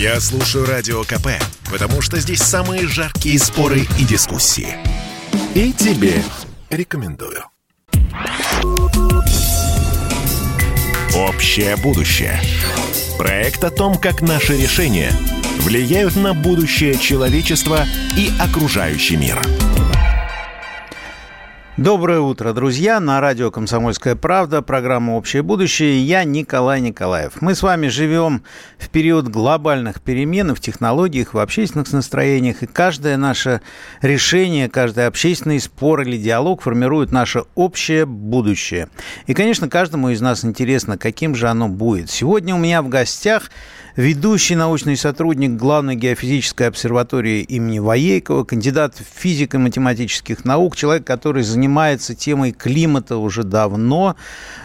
Я слушаю Радио КП, потому что здесь самые жаркие споры и дискуссии. И тебе рекомендую. Общее будущее. Проект о том, как наши решения влияют на будущее человечества и окружающий мир. Доброе утро, друзья. На радио «Комсомольская правда», программа «Общее будущее». Я Николай Николаев. Мы с вами живем в период глобальных перемен в технологиях, в общественных настроениях. И каждое наше решение, каждый общественный спор или диалог формирует наше общее будущее. И, конечно, каждому из нас интересно, каким же оно будет. Сегодня у меня в гостях ведущий научный сотрудник Главной геофизической обсерватории имени Воейкова, кандидат физико-математических наук, человек, который занимается темой климата уже давно.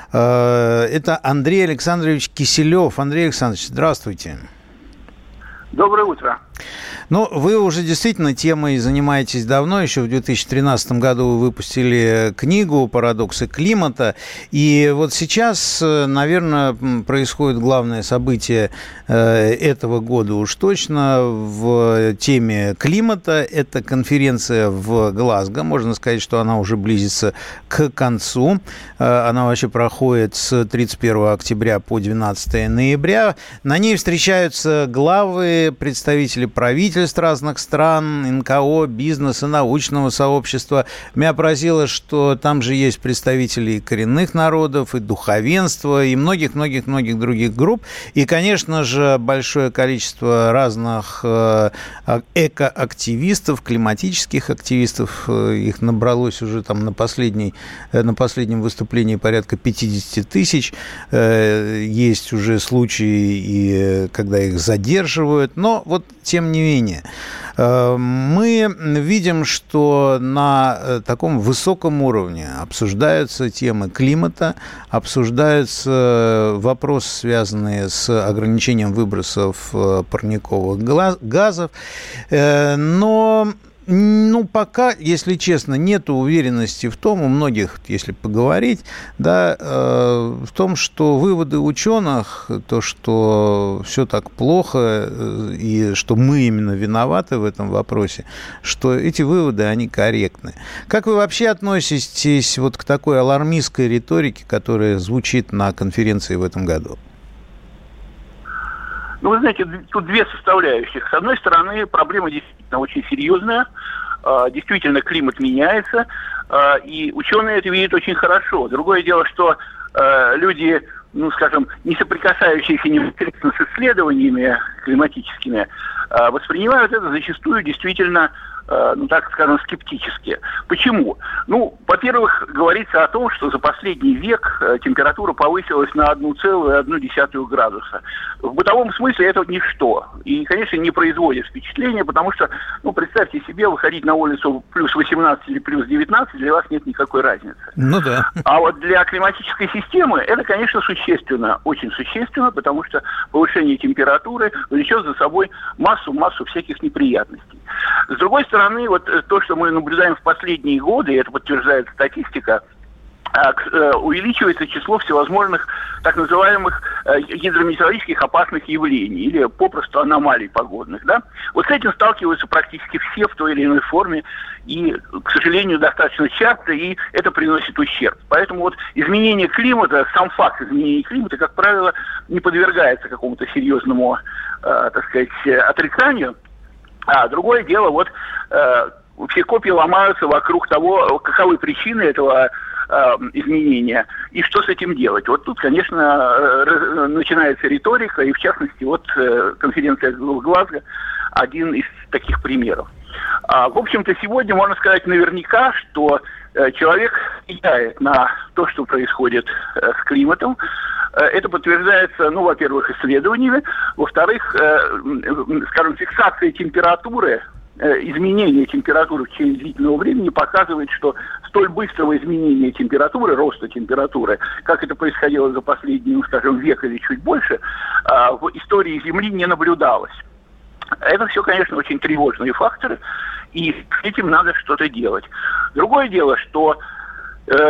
Это Андрей Александрович Киселев. Андрей Александрович, здравствуйте. Доброе утро. Ну, вы уже действительно темой занимаетесь давно. Еще в 2013 году вы выпустили книгу «Парадоксы климата». И вот сейчас, наверное, происходит главное событие этого года уж точно в теме климата. Это конференция в Глазго. Можно сказать, что она уже близится к концу. Она вообще проходит с 31 октября по 12 ноября. На ней встречаются главы, представители правительств разных стран, НКО, бизнеса, научного сообщества. Меня поразило, что там же есть представители и коренных народов, и духовенства, и многих-многих-многих других групп. И, конечно же, большое количество разных экоактивистов, климатических активистов. Их набралось уже там на последнем выступлении порядка 50 тысяч. Есть уже случаи, когда их задерживают. Но вот, тем не менее, мы видим, что на таком высоком уровне обсуждаются темы климата, обсуждаются вопросы, связанные с ограничением выбросов парниковых газов, но... пока, если честно, нет уверенности в том, у многих, если поговорить, да, в том, что выводы ученых, то, что все так плохо и что мы именно виноваты в этом вопросе, что эти выводы, они корректны. Как вы вообще относитесь вот к такой алармистской риторике, которая звучит на конференции в этом году? Ну, вы знаете, тут две составляющих. С одной стороны, проблема действительно очень серьезная. Действительно, климат меняется, и ученые это видят очень хорошо. Другое дело, что люди, не соприкасающиеся непосредственно с исследованиями климатическими, воспринимают это зачастую действительно, скептически. Почему? Во-первых, говорится о том, что за последний век температура повысилась на 1,1 градуса. В бытовом смысле это ничто. И, конечно, не производит впечатления, потому что, представьте себе, выходить на улицу плюс 18 или плюс 19, для вас нет никакой разницы. Ну да. А вот для климатической системы это, конечно, существенно, очень существенно, потому что повышение температуры влечет за собой массу всяких неприятностей. С другой стороны, вот то, что мы наблюдаем в последние годы, и это подтверждает статистика, увеличивается число всевозможных так называемых гидрометеорологических опасных явлений или попросту аномалий погодных. Да? Вот с этим сталкиваются практически все в той или иной форме и, к сожалению, достаточно часто, и это приносит ущерб. Поэтому вот изменение климата, сам факт изменения климата, как правило, не подвергается какому-то серьезному, отрицанию. А другое дело, все копья ломаются вокруг того, каковы причины этого изменения и что с этим делать. Вот тут, конечно, начинается риторика, и в частности, конференция в Глазго один из таких примеров. В общем-то, сегодня можно сказать наверняка, что человек влияет на то, что происходит с климатом. Это подтверждается, во-первых, исследованиями, во-вторых, фиксация температуры, изменение температуры в течение длительного времени показывает, что столь быстрого изменения температуры, роста температуры, как это происходило за последний, век или чуть больше, в истории Земли не наблюдалось. Это все, конечно, очень тревожные факторы, и с этим надо что-то делать. Другое дело, что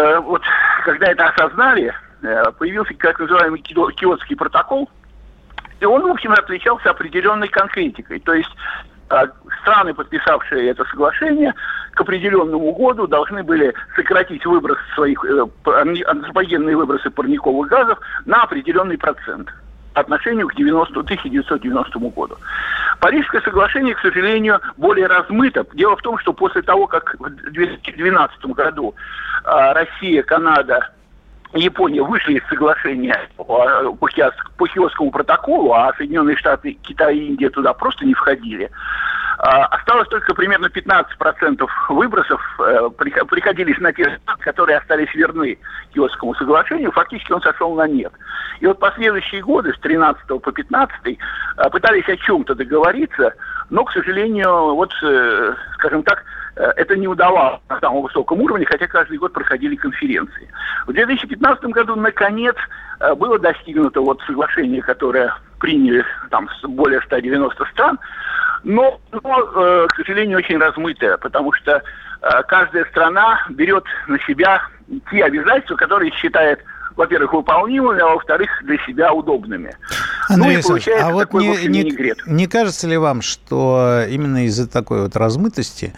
когда это осознали, появился так называемый Киотский протокол, И он, в общем, отличался определенной конкретикой. То есть страны, подписавшие это соглашение, к определенному году должны были сократить выбросы своих, антропогенные выбросы парниковых газов на определенный процент по отношению к 1990 году. Парижское соглашение, к сожалению, более размыто. Дело в том, что после того, как в 2012 году Россия, Канада и Япония вышли из соглашения по Киотскому протоколу, а Соединенные Штаты, Китай и Индия туда просто не входили, осталось только примерно 15% выбросов приходились на те страны, которые остались верны Киотскому соглашению. Фактически он сошел на нет. И вот последующие годы, с 13 по 15, пытались о чем-то договориться, но, к сожалению, вот, скажем так, это не удавалось на самом высоком уровне, хотя каждый год проходили конференции. В 2015 году, наконец, было достигнуто вот соглашение, которое приняли там более 190 стран, но, к сожалению, очень размытое, потому что каждая страна берет на себя те обязательства, которые считает, во-первых, выполнимыми, а во-вторых, для себя удобными. Андрей Александрович, а вот не кажется ли вам, что именно из-за такой вот размытости,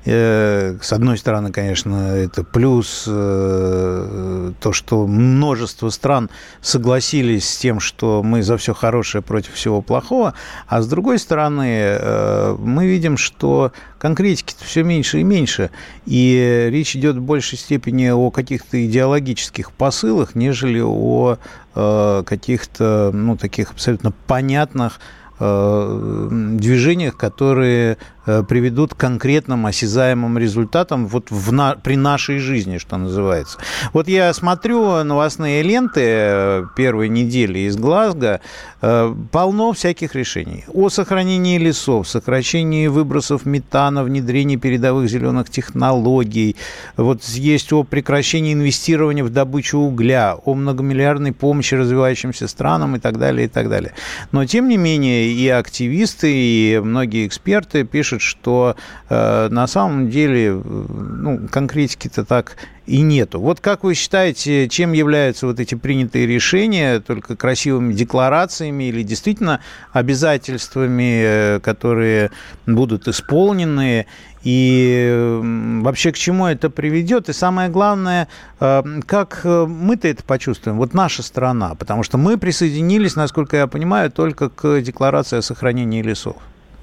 с одной стороны, конечно, это плюс то, что множество стран согласились с тем, что мы за все хорошее против всего плохого, а с другой стороны, мы видим, что конкретики-то все меньше и меньше, и речь идет в большей степени о каких-то идеологических посылах, нежели о каких-то, таких абсолютно понятных движениях, которые приведут к конкретным осязаемым результатам вот при нашей жизни, что называется. Вот я смотрю новостные ленты первой недели из Глазго, полно всяких решений. О сохранении лесов, сокращении выбросов метана, внедрении передовых зеленых технологий. Вот есть о прекращении инвестирования в добычу угля, о многомиллиардной помощи развивающимся странам и так далее, и так далее. Но, тем не менее, и активисты, и многие эксперты пишут, что на самом деле конкретики-то так и нету. Вот как вы считаете, чем являются вот эти принятые решения, только красивыми декларациями или действительно обязательствами, которые будут исполнены, и вообще к чему это приведет? И самое главное, как мы-то это почувствуем, вот наша страна, потому что мы присоединились, насколько я понимаю, только к декларации о сохранении лесов.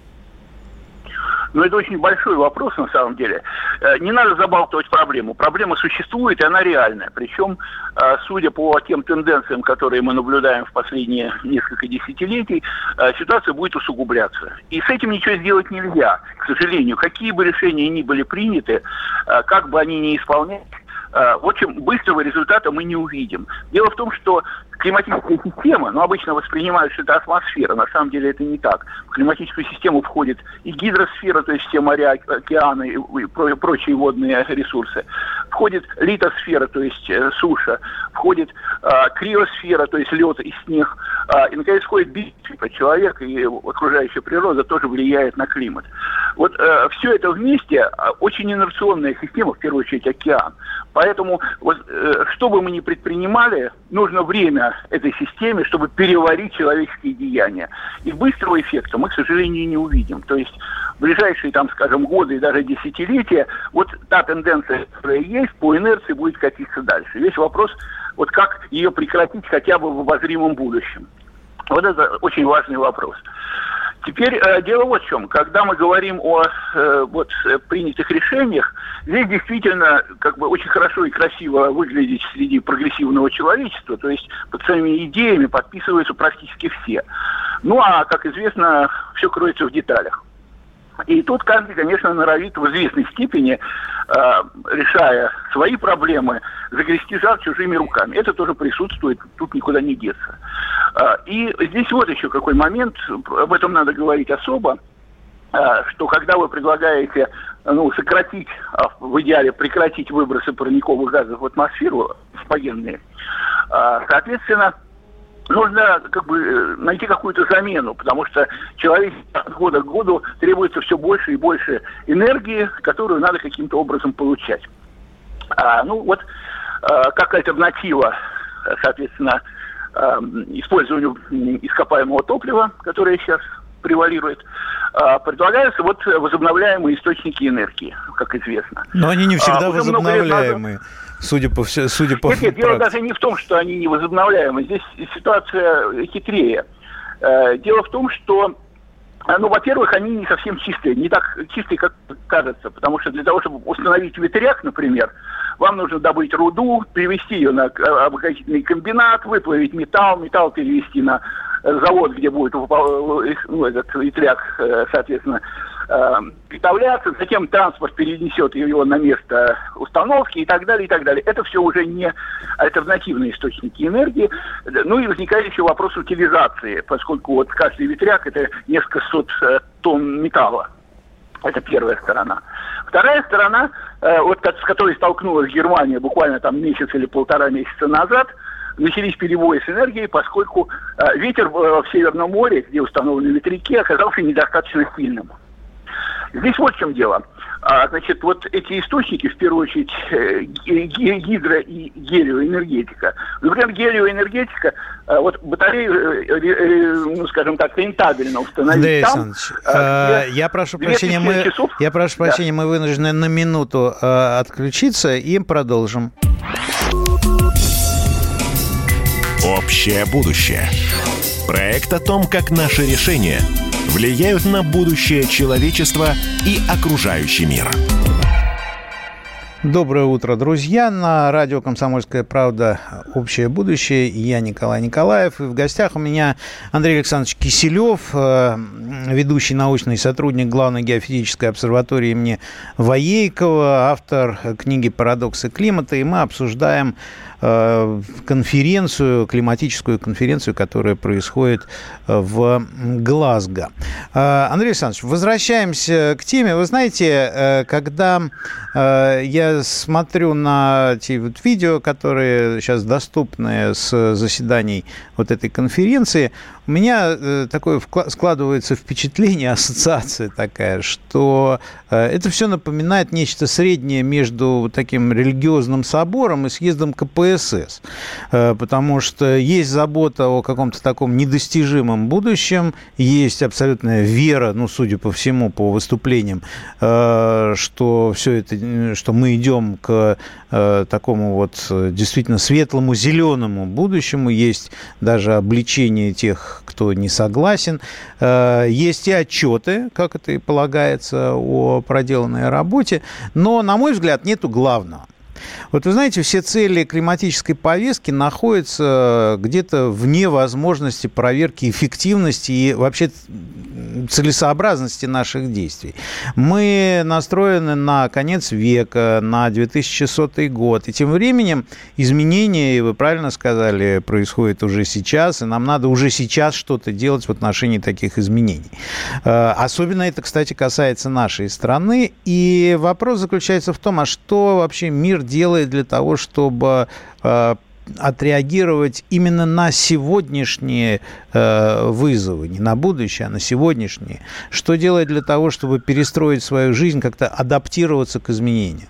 Но это очень большой вопрос, на самом деле. Не надо забалтывать проблему. Проблема существует, и она реальная. Причем, судя по тем тенденциям, которые мы наблюдаем в последние несколько десятилетий, ситуация будет усугубляться. И с этим ничего сделать нельзя, к сожалению. Какие бы решения ни были приняты, как бы они ни исполнялись, в общем, быстрого результата мы не увидим. Дело в том, что климатическая система, обычно воспринимают, что это атмосфера, на самом деле это не так. В климатическую систему входит и гидросфера, то есть все моря, океаны и прочие водные ресурсы. Входит литосфера, то есть суша. Входит криосфера, то есть лед и снег. И, наконец, входит биосфера. Человек и окружающая природа тоже влияет на климат. Вот все это вместе очень инерционная система, в первую очередь океан. Поэтому, что бы мы ни предпринимали, нужно время этой системе, чтобы переварить человеческие деяния. И быстрого эффекта мы, к сожалению, не увидим. То есть в ближайшие, годы и даже десятилетия, вот та тенденция, которая есть, по инерции будет катиться дальше. Весь вопрос, как ее прекратить хотя бы в обозримом будущем. Вот это очень важный вопрос. Теперь дело вот в чем. Когда мы говорим о принятых решениях, здесь действительно очень хорошо и красиво выглядеть среди прогрессивного человечества, то есть под своими идеями подписываются практически все. А, как известно, все кроется в деталях. И тут каждый, конечно, норовит в известной степени, решая свои проблемы, загрести жар чужими руками. Это тоже присутствует, тут никуда не деться. И здесь вот еще какой момент, об этом надо говорить особо, что когда вы предлагаете сократить, в идеале прекратить выбросы парниковых газов в атмосферу, антропогенные, соответственно, нужно найти какую-то замену, потому что человечеству от года к году требуется все больше и больше энергии, которую надо каким-то образом получать. Как альтернатива, соответственно, использованию ископаемого топлива, которое сейчас превалирует, предлагаются вот возобновляемые источники энергии, как известно. Но они не всегда возобновляемые, судя по Нет, дело даже не в том, что они не возобновляемые. Здесь ситуация хитрее. Дело в том, что, во-первых, они не совсем чистые, не так чистые, как кажется, потому что для того, чтобы установить ветряк, например, вам нужно добыть руду, перевести ее на обогатительный комбинат, выплавить металл перевести на завод, где будет этот ветряк, соответственно, приготовляться, затем транспорт перенесет его на место установки и так далее, и так далее. Это все уже не альтернативные источники энергии. Ну и возникает еще вопрос утилизации, поскольку вот каждый ветряк – это несколько сот тонн металла. Это первая сторона. Вторая сторона, с которой столкнулась Германия буквально там месяц или полтора месяца назад, начались перебои с энергией, поскольку ветер в Северном море, где установлены ветряки, оказался недостаточно сильным. Здесь вот в чем дело. Вот эти источники, в первую очередь, гидро- и гелиоэнергетика. Например, гелиоэнергетика, батарею, рентабельно установить. Андрей Александрович, я прошу прощения, мы вынуждены на минуту отключиться и продолжим. Общее будущее. Проект о том, как наши решения влияют на будущее человечества и окружающий мир. Доброе утро, друзья. На радио «Комсомольская правда» «Общее будущее». Я Николай Николаев. И в гостях у меня Андрей Александрович Киселев, ведущий научный сотрудник Главной геофизической обсерватории имени Воейкова, автор книги «Парадоксы климата». И мы обсуждаем климатическую конференцию, которая происходит в Глазго. Андрей Александрович, возвращаемся к теме. Вы знаете, когда я смотрю на те видео, которые сейчас доступны с заседаний вот этой конференции, у меня такое складывается впечатление, ассоциация такая, что это все напоминает нечто среднее между таким религиозным собором и съездом КПСС. Потому что есть забота о каком-то таком недостижимом будущем, есть абсолютная вера, судя по всему, по выступлениям, что все это, что мы идем к такому действительно светлому, зеленому будущему. Есть даже обличение тех, кто не согласен. Есть и отчеты, как это и полагается, о проделанной работе. Но, на мой взгляд, нету главного. Вы знаете, все цели климатической повестки находятся где-то вне возможности проверки эффективности и вообще целесообразности наших действий. Мы настроены на конец века, на 2100 год. И тем временем изменения, и вы правильно сказали, происходят уже сейчас, и нам надо уже сейчас что-то делать в отношении таких изменений. Особенно это, кстати, касается нашей страны. И вопрос заключается в том, а что вообще мир делает для того, чтобы отреагировать именно на сегодняшние вызовы, не на будущее, а на сегодняшние. Что делать для того, чтобы перестроить свою жизнь, как-то адаптироваться к изменениям?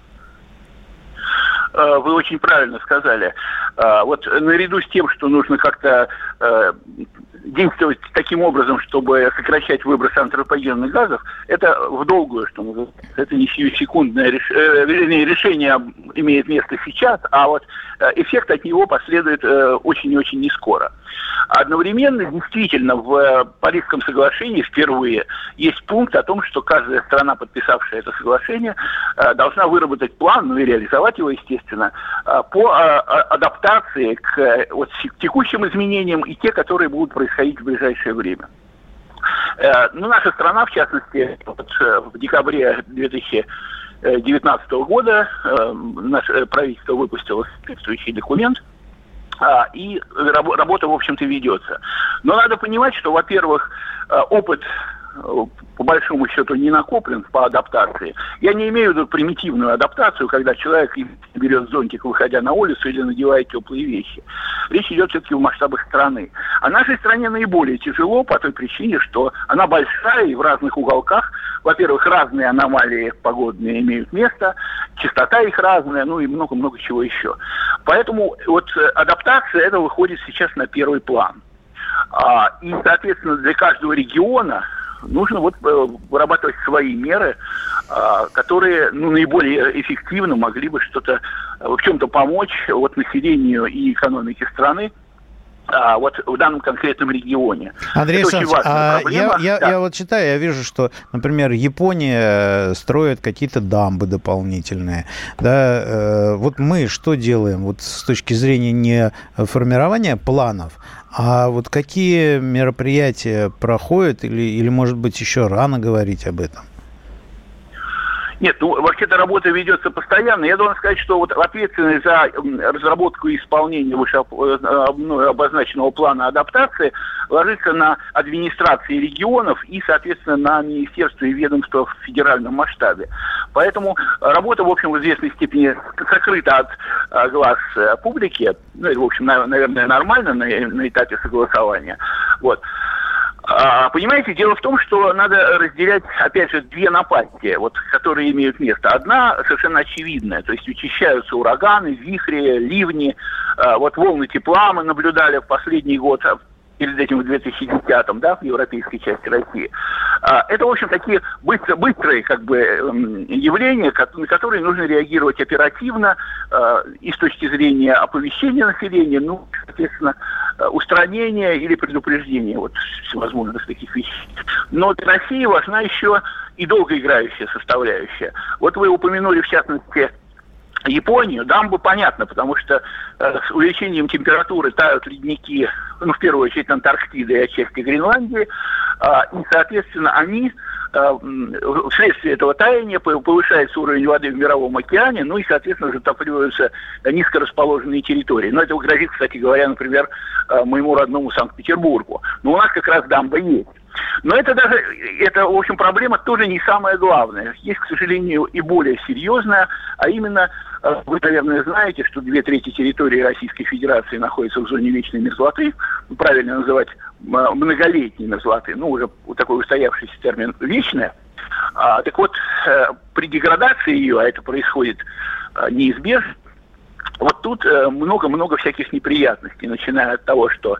Вы очень правильно сказали. Наряду с тем, что нужно как-то действовать таким образом, чтобы сокращать выброс антропогенных газов, это в долгую, что называется. Это не сиюсекундное решение имеет место сейчас, а эффект от него последует очень и очень нескоро. Одновременно, действительно, в Парижском соглашении впервые есть пункт о том, что каждая страна, подписавшая это соглашение, должна выработать план, и реализовать его, естественно, по адаптации к текущим изменениям и те, которые будут происходить в ближайшее время. Наша страна, в частности, в декабре 2019 года наше правительство выпустило соответствующий документ, и работа, в общем-то, ведется. Но надо понимать, что, во-первых, опыт по большому счету не накоплен по адаптации. Я не имею в виду примитивную адаптацию, когда человек берет зонтик, выходя на улицу, или надевает теплые вещи. Речь идет все-таки в масштабах страны. А нашей стране наиболее тяжело по той причине, что она большая и в разных уголках. Во-первых, разные аномалии погодные имеют место, частота их разная, ну и много-много чего еще. Поэтому вот адаптация это выходит сейчас на первый план. И, соответственно, для каждого региона нужно вот вырабатывать свои меры, которые наиболее эффективно могли бы что-то в чем-то помочь населению и экономике страны. Вот в данном конкретном регионе. Андрей Александрович, я вот читаю, я вижу, что, например, Япония строит какие-то дамбы дополнительные. Да, вот мы что делаем вот с точки зрения не формирования планов, а вот какие мероприятия проходят или может быть, еще рано говорить об этом? Нет, вообще-то работа ведется постоянно. Я должен сказать, что вот ответственность за разработку и исполнение выше обозначенного плана адаптации ложится на администрации регионов и, соответственно, на министерство и ведомство в федеральном масштабе. Поэтому работа, в общем, в известной степени сокрыта от глаз публики. Ну, это, в общем, наверное, нормально на этапе согласования. Вот. Понимаете, дело в том, что надо разделять, опять же, две напасти, которые имеют место. Одна совершенно очевидная, то есть учащаются ураганы, вихри, ливни, волны тепла мы наблюдали в последний год, перед этим в 2010-м, в европейской части России. Это, в общем, такие быстрые явления, на которые нужно реагировать оперативно и с точки зрения оповещения населения, соответственно, устранения или предупреждения всевозможных таких вещей. Но для России важна еще и долгоиграющая составляющая. Вот вы упомянули, в частности, Японию. Дамбы понятно, потому что с увеличением температуры тают ледники, в первую очередь Антарктиды и отчасти Гренландии, и, соответственно, они вследствие этого таяния повышается уровень воды в Мировом океане, и, соответственно, затапливаются низко расположенные территории. Но это грозит, кстати говоря, например, моему родному Санкт-Петербургу. Но у нас как раз дамба есть. Но это, в общем, проблема тоже не самая главная. Есть, к сожалению, и более серьезная, а именно, вы, наверное, знаете, что 2/3 территории Российской Федерации находятся в зоне вечной мерзлоты, правильно называть многолетней мерзлоты, уже такой устоявшийся термин «вечная». Так вот, при деградации ее, а это происходит неизбежно, вот тут много-много всяких неприятностей, начиная от того, что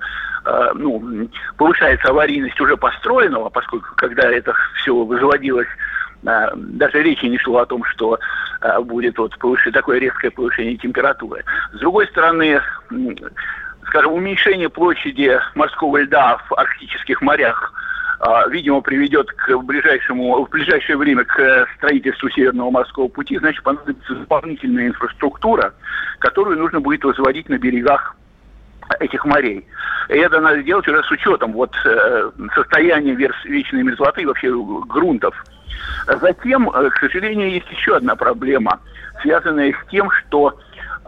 повышается аварийность уже построенного, поскольку когда это все возводилось, даже речи не шло о том, что будет такое резкое повышение температуры. С другой стороны, скажем, уменьшение площади морского льда в арктических морях, видимо, приведет в ближайшее время к строительству Северного морского пути, значит, понадобится дополнительная инфраструктура, которую нужно будет возводить на берегах этих морей. И это надо делать уже с учетом состояния вечной мерзлоты и вообще грунтов. Затем, к сожалению, есть еще одна проблема, связанная с тем, что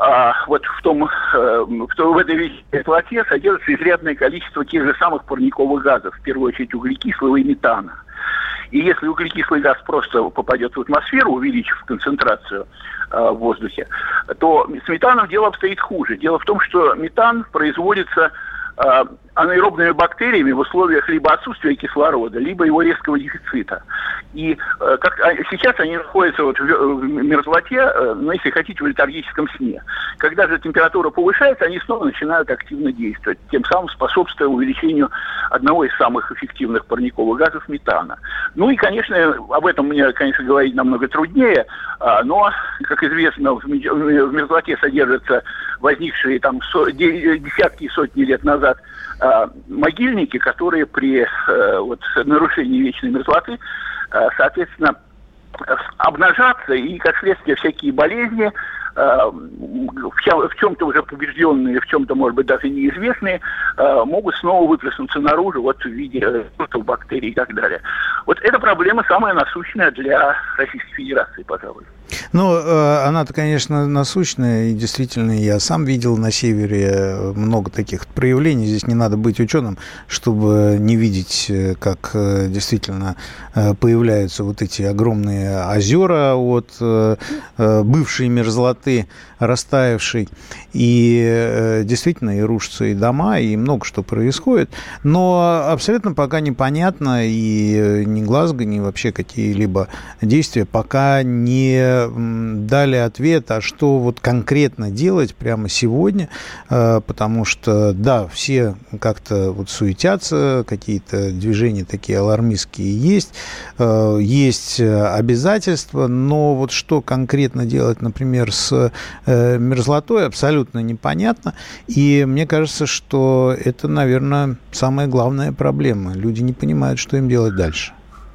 в этой вечной мерзлоте содержится изрядное количество тех же самых парниковых газов, в первую очередь углекислого и метана. И если углекислый газ просто попадет в атмосферу, увеличив концентрацию в воздухе, то с метаном дело обстоит хуже. Дело в том, что метан производится анаэробными бактериями в условиях либо отсутствия кислорода, либо его резкого дефицита. И сейчас они находятся в мерзлоте, если хотите, в летаргическом сне. Когда же температура повышается, они снова начинают активно действовать, тем самым способствуя увеличению одного из самых эффективных парниковых газов — метана. И, конечно, об этом мне, говорить намного труднее, но, как известно, в мерзлоте содержатся возникшие десятки и сотни лет назад могильники, которые при нарушении вечной мерзлоты, соответственно, обнажатся, и, как следствие, всякие болезни, в чем-то уже побежденные, в чем-то, может быть, даже неизвестные, могут снова выплеснуться наружу в виде бактерий и так далее. Эта проблема самая насущная для Российской Федерации, пожалуй. Ну, она-то, конечно, насущная, и действительно, я сам видел на севере много таких проявлений. Здесь не надо быть ученым, чтобы не видеть, как действительно появляются вот эти огромные озера от бывшей мерзлоты, растаявшей, и действительно и рушатся и дома, и много что происходит. Но абсолютно пока непонятно, и ни Глазго, ни вообще какие-либо действия пока не дали ответ, а что вот конкретно делать прямо сегодня, потому что, да, все как-то вот суетятся, какие-то движения такие алармистские есть обязательства, но вот что конкретно делать, например, с мерзлотой, абсолютно непонятно, и мне кажется, что это, наверное, самая главная проблема. Люди не понимают, что им делать дальше.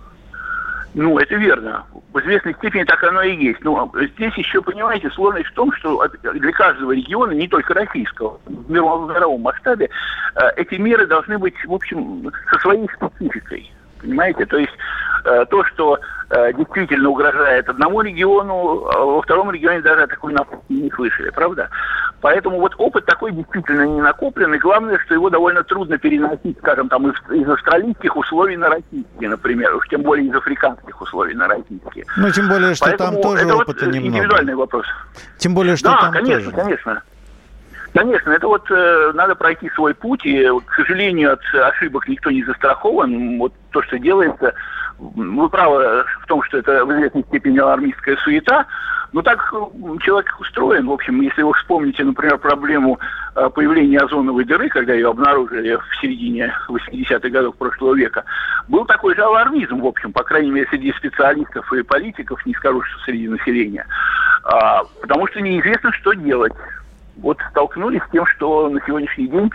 Ну, это верно. В известной степени так оно и есть. Но здесь еще, понимаете, сложность в том, что для каждого региона, не только российского, в мировом масштабе, эти меры должны быть, в общем, со своей спецификой. Понимаете? То есть то, что действительно угрожает одному региону, во втором регионе даже такой напад не слышали, правда? Поэтому вот опыт такой действительно не накоплен, и главное, что его довольно трудно переносить, скажем, там из австралийских условий на российские, например, уж тем более из африканских условий на российские. Ну, тем более, что поэтому там тоже это опыта вот немного. Индивидуальный вопрос. Тем более, что да, там конечно, тоже. Конечно, это вот надо пройти свой путь, и, к сожалению, от ошибок никто не застрахован. Вот то, что делается, вы правы в том, что это в известной степени алармистская суета, но так человек устроен. В общем, если вы вспомните, например, проблему появления озоновой дыры, когда ее обнаружили в середине 80-х годов прошлого века, был такой же алармизм, в общем, по крайней мере, среди специалистов и политиков, не скажу, что среди населения, потому что неизвестно, что делать. Вот столкнулись с тем, что на сегодняшний день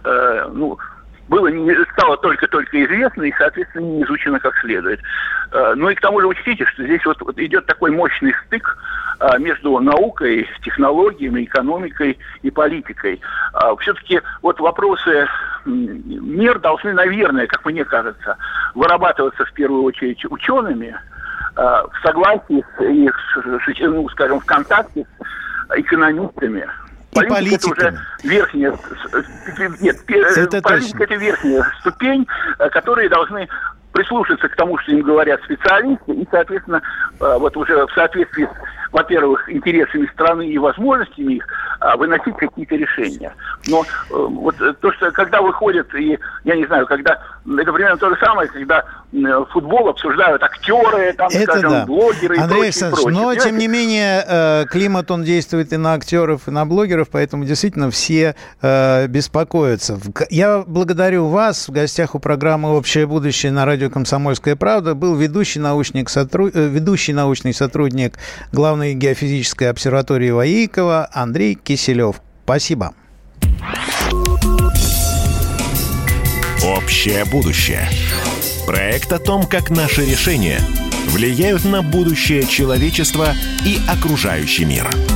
стало только-только известно и, соответственно, не изучено как следует. Ну и к тому же учтите, что здесь вот идет такой мощный стык между наукой, технологиями, экономикой и политикой. Все-таки вот вопросы мер должны, наверное, как мне кажется, вырабатываться в первую очередь учеными, в согласии в контакте с экономистами. Политика это уже верхняя. Политика это верхняя ступень, которые должны прислушаться к тому, что им говорят специалисты, и, соответственно, вот уже в соответствии с, во-первых, интересами страны и возможностями их, выносить какие-то решения. Но вот то, что когда выходят, и я не знаю, когда это примерно то же самое, когда футбол обсуждают актеры, там, это скажем, да. блогеры и Андрей прочее. Но, тем не менее, климат, он действует и на актеров, и на блогеров, поэтому действительно все беспокоятся. Я благодарю вас. В гостях у программы «Общее будущее» на радио «Комсомольская правда» был ведущий научный сотрудник Главной геофизической обсерватории Ваейкова Андрей Киселев. Спасибо. «Общее будущее». Проект о том, как наши решения влияют на будущее человечества и окружающий мир.